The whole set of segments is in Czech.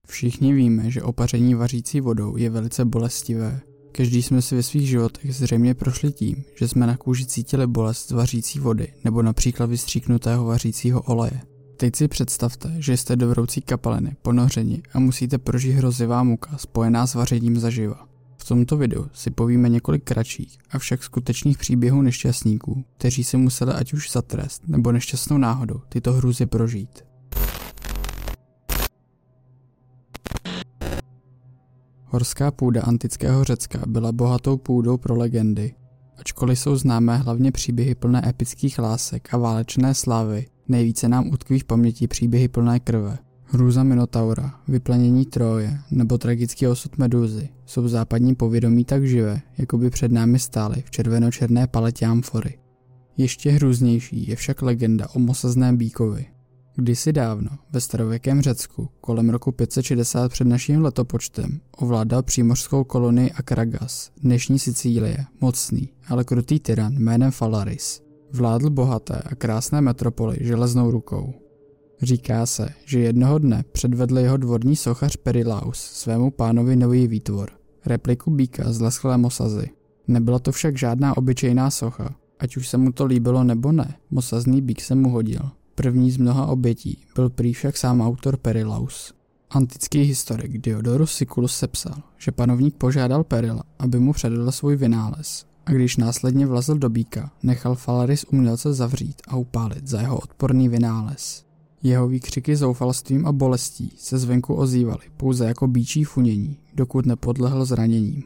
Všichni víme, že opaření vařící vodou je velice bolestivé. Každý jsme si ve svých životech zřejmě prošli tím, že jsme na kůži cítili bolest z vařící vody nebo například vystříknutého vařícího oleje. Teď si představte, že jste do vroucí kapaliny ponořeni a musíte prožít hrozivá muka spojená s vařením zaživa. V tomto videu si povíme několik kratších, avšak skutečných příběhů nešťastníků, kteří si museli ať už za trest nebo nešťastnou náhodou tyto hrůzy prožít. Horská půda antického Řecka byla bohatou půdou pro legendy. Ačkoliv jsou známé hlavně příběhy plné epických lásek a válečné slávy, nejvíce nám utkví v paměti příběhy plné krve. Hrůza Minotaura, vyplenění Tróje nebo tragický osud Medúzy jsou v západním povědomí tak živé, jako by před námi stály v červeno-černé paletě amfory. Ještě hrůznější je však legenda o mosazném býkovi. Kdysi dávno, ve starověkém Řecku, kolem roku 560 před naším letopočtem, ovládal přímořskou kolonii Akragas, dnešní Sicílie, mocný, ale krutý tyran jménem Phalaris. Vládl bohaté a krásné metropoli železnou rukou. Říká se, že jednoho dne předvedl jeho dvorní sochař Perilaus svému pánovi nový výtvor, repliku býka z leschlé mosazy. Nebyla to však žádná obyčejná socha, ať už se mu to líbilo nebo ne, mosazný býk se mu hodil. První z mnoha obětí byl prý však sám autor Perilaus. Antický historik Diodorus Siculus sepsal, že panovník požádal Perila, aby mu předal svůj vynález, a když následně vlezl do býka, nechal Phalaris umělce zavřít a upálit za jeho odporný vynález. Jeho výkřiky zoufalstvím a bolestí se zvenku ozývaly pouze jako býčí funění, dokud nepodlehl zraněním.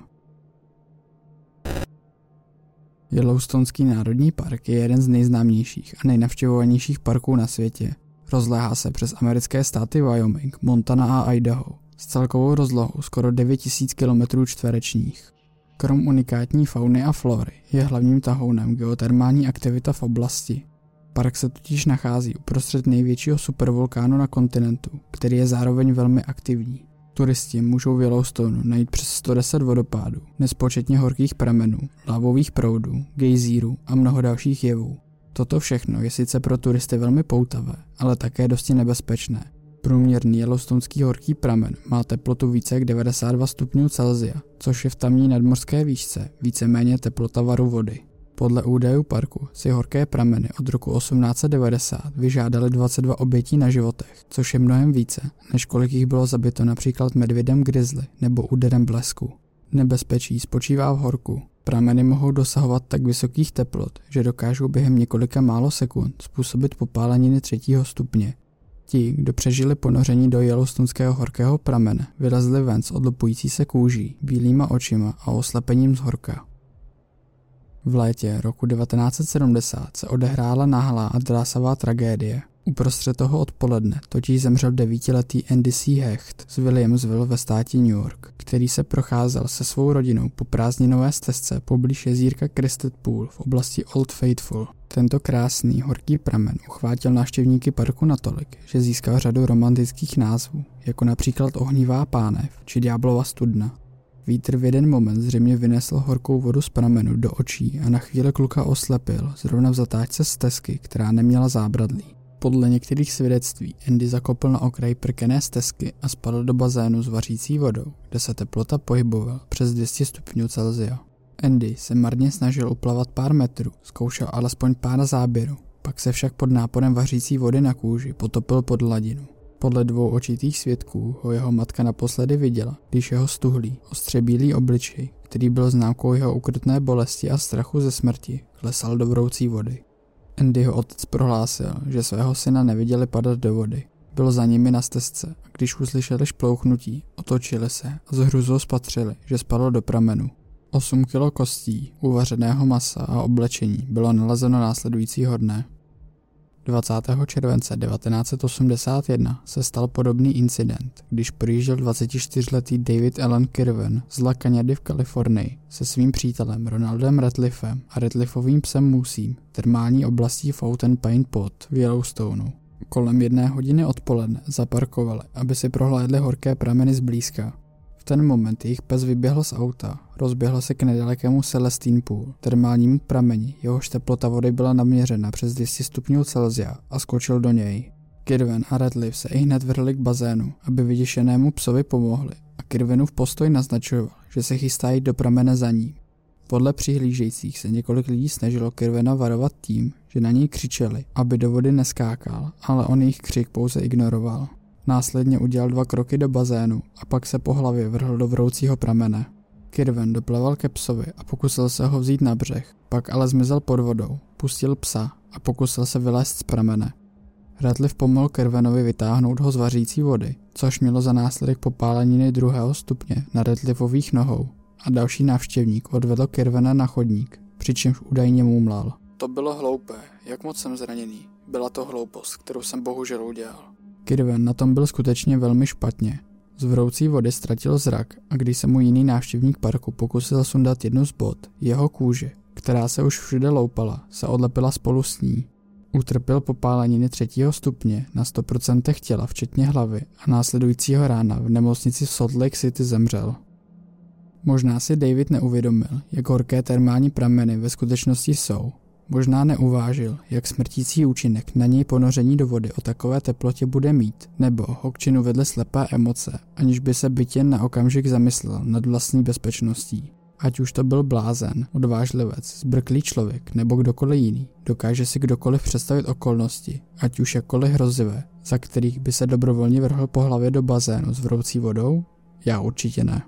Yellowstonský národní park je jeden z nejznámějších a nejnavštěvovanějších parků na světě. Rozléhá se přes americké státy Wyoming, Montana a Idaho s celkovou rozlohou skoro 9000 km². Krom unikátní fauny a flory je hlavním tahounem geotermální aktivita v oblasti. Park se totiž nachází uprostřed největšího supervulkánu na kontinentu, který je zároveň velmi aktivní. Turisti můžou v Yellowstoneu najít přes 110 vodopádů, nespočetně horkých pramenů, lávových proudů, gejzírů a mnoho dalších jevů. Toto všechno je sice pro turisty velmi poutavé, ale také dosti nebezpečné. Průměrný yellowstonský horký pramen má teplotu více jak 92 stupňů Celsia, což je v tamní nadmořské výšce víceméně teplota varu vody. Podle údajů parku si horké prameny od roku 1890 vyžádaly 22 obětí na životech, což je mnohem více, než kolik jich bylo zabito například medvědem grizzly nebo úderem blesku. Nebezpečí spočívá v horku. Prameny mohou dosahovat tak vysokých teplot, že dokážou během několika málo sekund způsobit popáleniny 3. stupně. Ti, kdo přežili ponoření do yellowstonského horkého pramene, vylezli ven s odlupující se kůží, bílýma očima a oslepením z horka. V létě roku 1970 se odehrála náhlá a drásavá tragédie. Uprostřed toho odpoledne totiž zemřel 9letý Andy C. Hecht z Williamsville ve státě New York, který se procházel se svou rodinou po prázdninové stezce poblíž jezírka Crested Pool v oblasti Old Faithful. Tento krásný horký pramen uchvátil návštěvníky parku natolik, že získal řadu romantických názvů, jako například Ohnivá pánev či Ďáblova studna. Vítr v jeden moment zřejmě vynesl horkou vodu z pramenu do očí a na chvíli kluka oslepil zrovna v zatáčce stezky, která neměla zábradlí. Podle některých svědectví Andy zakopl na okraj prkené stezky a spadl do bazénu s vařící vodou, kde se teplota pohybovala přes 200 stupňů Celsia. Andy se marně snažil uplavat pár metrů, zkoušel alespoň pár záběrů, pak se však pod náporem vařící vody na kůži potopil pod hladinu. Podle 2 očitých svědků ho jeho matka naposledy viděla, když jeho stuhlý, ostře bílý obličej, který byl známkou jeho ukrutné bolesti a strachu ze smrti, klesal do vroucí vody. Andyho otec prohlásil, že svého syna neviděli padat do vody. Byl za nimi na stezce a když uslyšeli šplouchnutí, otočili se a s hrůzou spatřili, že spadl do pramenu. 8 kilo kostí, uvařeného masa a oblečení bylo nalezeno následujícího dne. 20. července 1981 se stal podobný incident, když projížděl 24letý David Allen Kirwan z La Cañady v Kalifornii se svým přítelem Ronaldem Ratliffem a Ratliffovým psem Musím termální oblastí Fountain Paint Pot v Yellowstoneu. Kolem 1 hodiny odpoledne zaparkovali, aby si prohlédli horké prameny zblízka. V ten moment jejich pes vyběhl z auta, rozběhl se k nedalekému Celestine Pool, termálnímu prameni, jehož teplota vody byla naměřena přes 200 stupňů Celsia a skočil do něj. Kirwan a Radcliffe se ihned vrhli k bazénu, aby vyděšenému psovi pomohli a Kirwanův postoj naznačoval, že se chystá jít do pramene za ním. Podle přihlížejících se několik lidí snažilo Kirwana varovat tím, že na něj křičeli, aby do vody neskákal, ale on jejich křik pouze ignoroval. Následně udělal 2 kroky do bazénu a pak se po hlavě vrhl do vroucího pramene. Kirwan doplaval ke psovi a pokusil se ho vzít na břeh, pak ale zmizel pod vodou, pustil psa a pokusil se vylézt z pramene. Radcliffe pomohl Kirwanovi vytáhnout ho z vařící vody, což mělo za následek popáleniny 2. stupně na Radcliffových nohou a další návštěvník odvedl Kirwana na chodník, přičemž údajně mumlal. To bylo hloupé, jak moc jsem zraněný. Byla to hloupost, kterou jsem bohužel udělal. Kirwan na tom byl skutečně velmi špatně. Z vroucí vody ztratil zrak a když se mu jiný návštěvník parku pokusil sundat jednu z bot, jeho kůže, která se už všude loupala, se odlepila spolu s ní. Utrpěl popáleniny 3. stupně na 100% těla včetně hlavy a následujícího rána v nemocnici v Salt Lake City zemřel. Možná si David neuvědomil, jak horké termální prameny ve skutečnosti jsou. Možná neuvážil, jak smrtící účinek na něj ponoření do vody o takové teplotě bude mít, nebo ho k činu vedly slepé emoce, aniž by se byt jen na okamžik zamyslel nad vlastní bezpečností. Ať už to byl blázen, odvážlivec, zbrklý člověk nebo kdokoliv jiný, dokáže si kdokoliv představit okolnosti, ať už jakkoliv hrozivé, za kterých by se dobrovolně vrhl po hlavě do bazénu s vroucí vodou? Já určitě ne.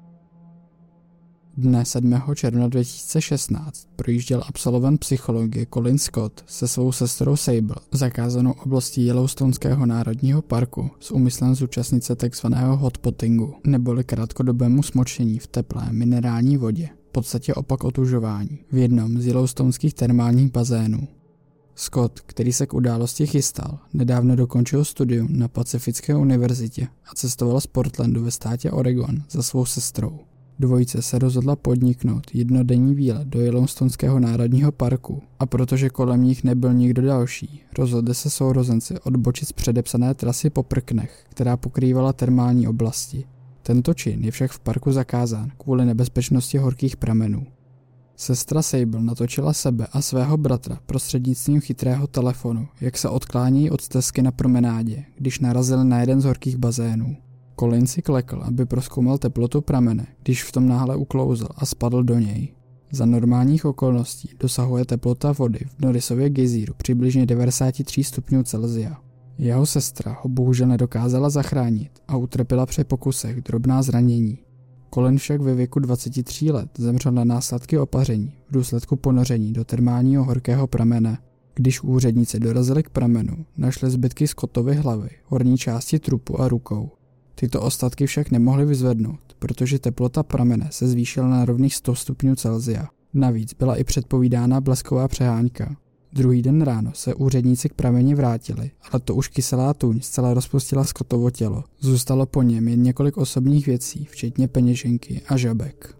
Dne 7. června 2016 projížděl absolvent psychologie Colin Scott se svou sestrou Sable zakázanou oblastí Yellowstonského národního parku s úmyslem zúčastnit se tzv. Hotpottingu, neboli krátkodobému smočení v teplé minerální vodě, v podstatě opak otužování, v jednom z yellowstonských termálních bazénů. Scott, který se k události chystal, nedávno dokončil studium na Pacifické univerzitě a cestoval z Portlandu ve státě Oregon za svou sestrou. Dvojice se rozhodla podniknout jednodenní výlet do Yellowstonského národního parku a protože kolem nich nebyl nikdo další, rozhodli se sourozenci odbočit z předepsané trasy po prknech, která pokrývala termální oblasti. Tento čin je však v parku zakázán kvůli nebezpečnosti horkých pramenů. Sestra Sable natočila sebe a svého bratra prostřednictvím chytrého telefonu, jak se odklání od stezky na promenádě, když narazili na jeden z horkých bazénů. Colin si klekl, aby prozkoumal teplotu pramene, když v tom náhle uklouzl a spadl do něj. Za normálních okolností dosahuje teplota vody v Norrisově gejzíru přibližně 93 stupňů Celsia. Jeho sestra ho bohužel nedokázala zachránit a utrpěla při pokusech drobná zranění. Colin však ve věku 23 let zemřel na následky opaření v důsledku ponoření do termálního horkého pramene. Když úředníci dorazili k pramenu, našli zbytky Scottovy hlavy, horní části trupu a rukou. Tyto ostatky však nemohli vyzvednout, protože teplota pramene se zvýšila na rovných 100 stupňů Celsia. Navíc byla i předpovídána blesková přehánka. Druhý den ráno se úředníci k prameni vrátili, ale to už kyselá tůň zcela rozpustila Scottovo tělo. Zůstalo po něm jen několik osobních věcí, včetně peněženky a žabek.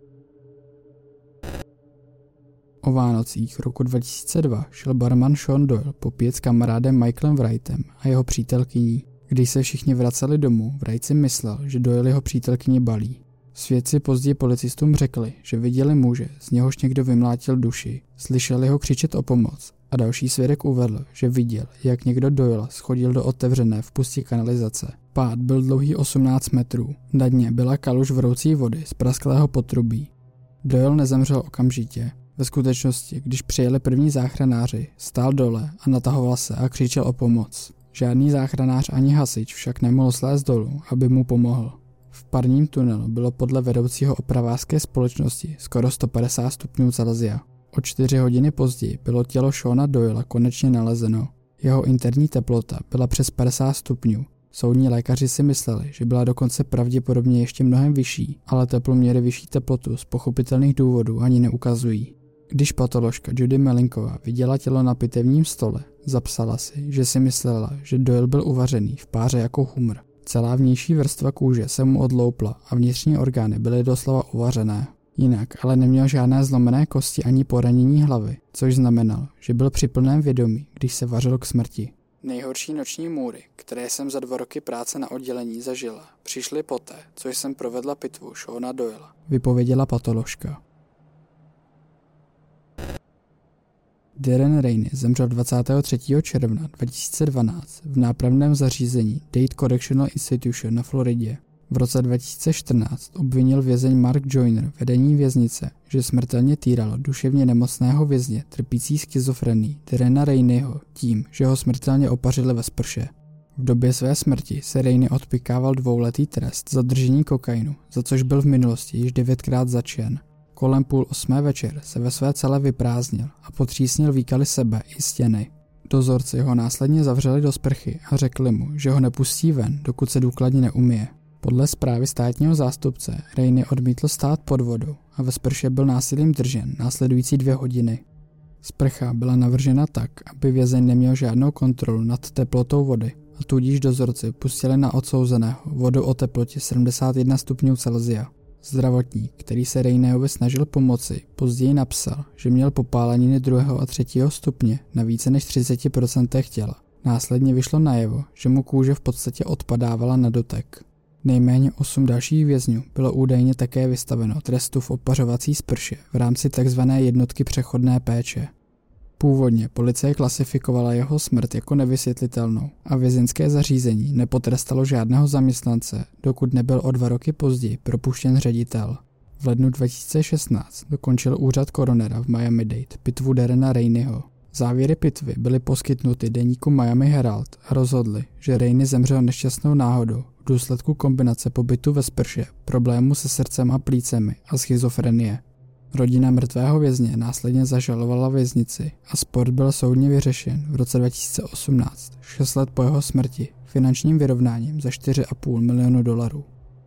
O Vánocích roku 2002 šel barman Sean Doyle popít s kamarádem Michaelem Wrightem a jeho přítelkyní. Když se všichni vraceli domů, Wright si myslel, že Doyle jeho přítelkyni balí. Svědci později policistům řekli, že viděli muže, z něhož někdo vymlátil duši, slyšeli ho křičet o pomoc a další svědek uvedl, že viděl, jak někdo Doyle schodil do otevřené vpustí kanalizace. Pád byl dlouhý 18 metrů, na dně byla kaluž vroucí vody z prasklého potrubí. Doyle nezemřel okamžitě. Ve skutečnosti, když přijeli první záchranáři, stál dole a natahoval se a křičel o pomoc. Žádný záchranář ani hasič však nemohl slézt dolů, aby mu pomohl. V parním tunelu bylo podle vedoucího opravářské společnosti skoro 150 stupňů Celsia. O 4 hodiny později bylo tělo Seana Doyla konečně nalezeno. Jeho interní teplota byla přes 50 stupňů. Soudní lékaři si mysleli, že byla dokonce pravděpodobně ještě mnohem vyšší, ale teploměry vyšší teplotu z pochopitelných důvodů ani neukazují. Když patoložka Judy Melinková viděla tělo na pitevním stole, zapsala si, že si myslela, že Doyle byl uvařený v páře jako humr. Celá vnější vrstva kůže se mu odloupla a vnitřní orgány byly doslova uvařené. Jinak ale neměl žádné zlomené kosti ani poranění hlavy, což znamenalo, že byl při plném vědomí, když se vařil k smrti. Nejhorší noční můry, které jsem za 2 roky práce na oddělení zažila, přišly poté, co jsem provedla pitvu Seana Doyla, vypověděla patoložka. Darren Rainey zemřel 23. června 2012 v nápravném zařízení Dade Correctional Institution na Floridě. V roce 2014 obvinil vězeň Mark Joyner vedení věznice, že smrtelně týralo duševně nemocného vězně trpící schizofrenií Darrena Raineyho tím, že ho smrtelně opařili ve sprše. V době své smrti se Rainey odpykával 2letý trest za držení kokainu, za což byl v minulosti již 9krát zatčen. Kolem 7:30 večer se ve své cele vyprázdnil a potřísnil výkaly sebe i stěny. Dozorci ho následně zavřeli do sprchy a řekli mu, že ho nepustí ven, dokud se důkladně neumyje. Podle zprávy státního zástupce Rainey odmítl stát pod vodou a ve sprše byl násilím držen následující 2 hodiny. Sprcha byla navržena tak, aby vězeň neměl žádnou kontrolu nad teplotou vody a tudíž dozorci pustili na odsouzeného vodu o teplotě 71 stupňů Celsia. Zdravotník, který se Raineyovi snažil pomoci, později napsal, že měl popáleniny 2. a 3. stupně na více než 30% těla. Následně vyšlo najevo, že mu kůže v podstatě odpadávala na dotek. Nejméně 8 dalších vězňů bylo údajně také vystaveno trestu v opařovací sprše v rámci tzv. Jednotky přechodné péče. Původně policie klasifikovala jeho smrt jako nevysvětlitelnou a vězeňské zařízení nepotrestalo žádného zaměstnance, dokud nebyl o 2 roky později propuštěn ředitel. V lednu 2016 dokončil úřad koronera v Miami-Dade pitvu Darrena Raineyho. Závěry pitvy byly poskytnuty deníku Miami Herald a rozhodli, že Rainey zemřel nešťastnou náhodou v důsledku kombinace pobytu ve sprše, problému se srdcem a plícemi a schizofrenie. Rodina mrtvého vězně následně zažalovala věznici a spor byl soudně vyřešen v roce 2018, 6 let po jeho smrti, finančním vyrovnáním za $4,5 milionu.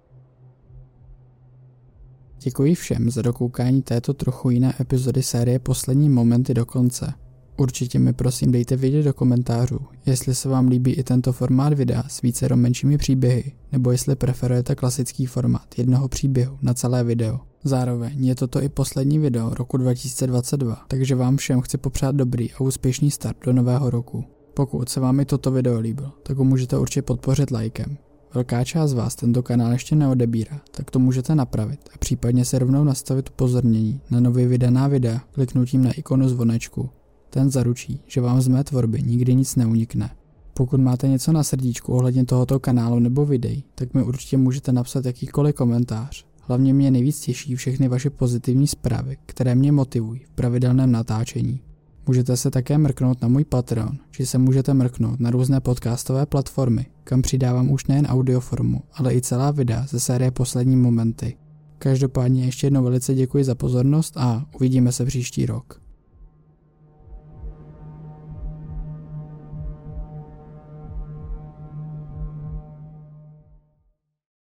Děkuji všem za dokoukání této trochu jiné epizody série Poslední momenty do konce. Určitě mi prosím dejte vědět do komentářů, jestli se vám líbí i tento formát videa s vícero menšími příběhy, nebo jestli preferujete klasický formát jednoho příběhu na celé video. Zároveň je toto i poslední video roku 2022, takže vám všem chci popřát dobrý a úspěšný start do nového roku. Pokud se vám i toto video líbilo, tak ho můžete určitě podpořit lajkem. Velká část z vás tento kanál ještě neodebírá, tak to můžete napravit a případně se rovnou nastavit upozornění na nově vydaná videa kliknutím na ikonu zvonečku. Ten zaručí, že vám z mé tvorby nikdy nic neunikne. Pokud máte něco na srdíčku ohledně tohoto kanálu nebo videí, tak mi určitě můžete napsat jakýkoliv komentář. Hlavně mě nejvíc těší všechny vaše pozitivní zprávy, které mě motivují v pravidelném natáčení. Můžete se také mrknout na můj Patreon, či se můžete mrknout na různé podcastové platformy, kam přidávám už nejen audioformu, ale i celá videa ze série Poslední momenty. Každopádně ještě jednou velice děkuji za pozornost a uvidíme se příští rok.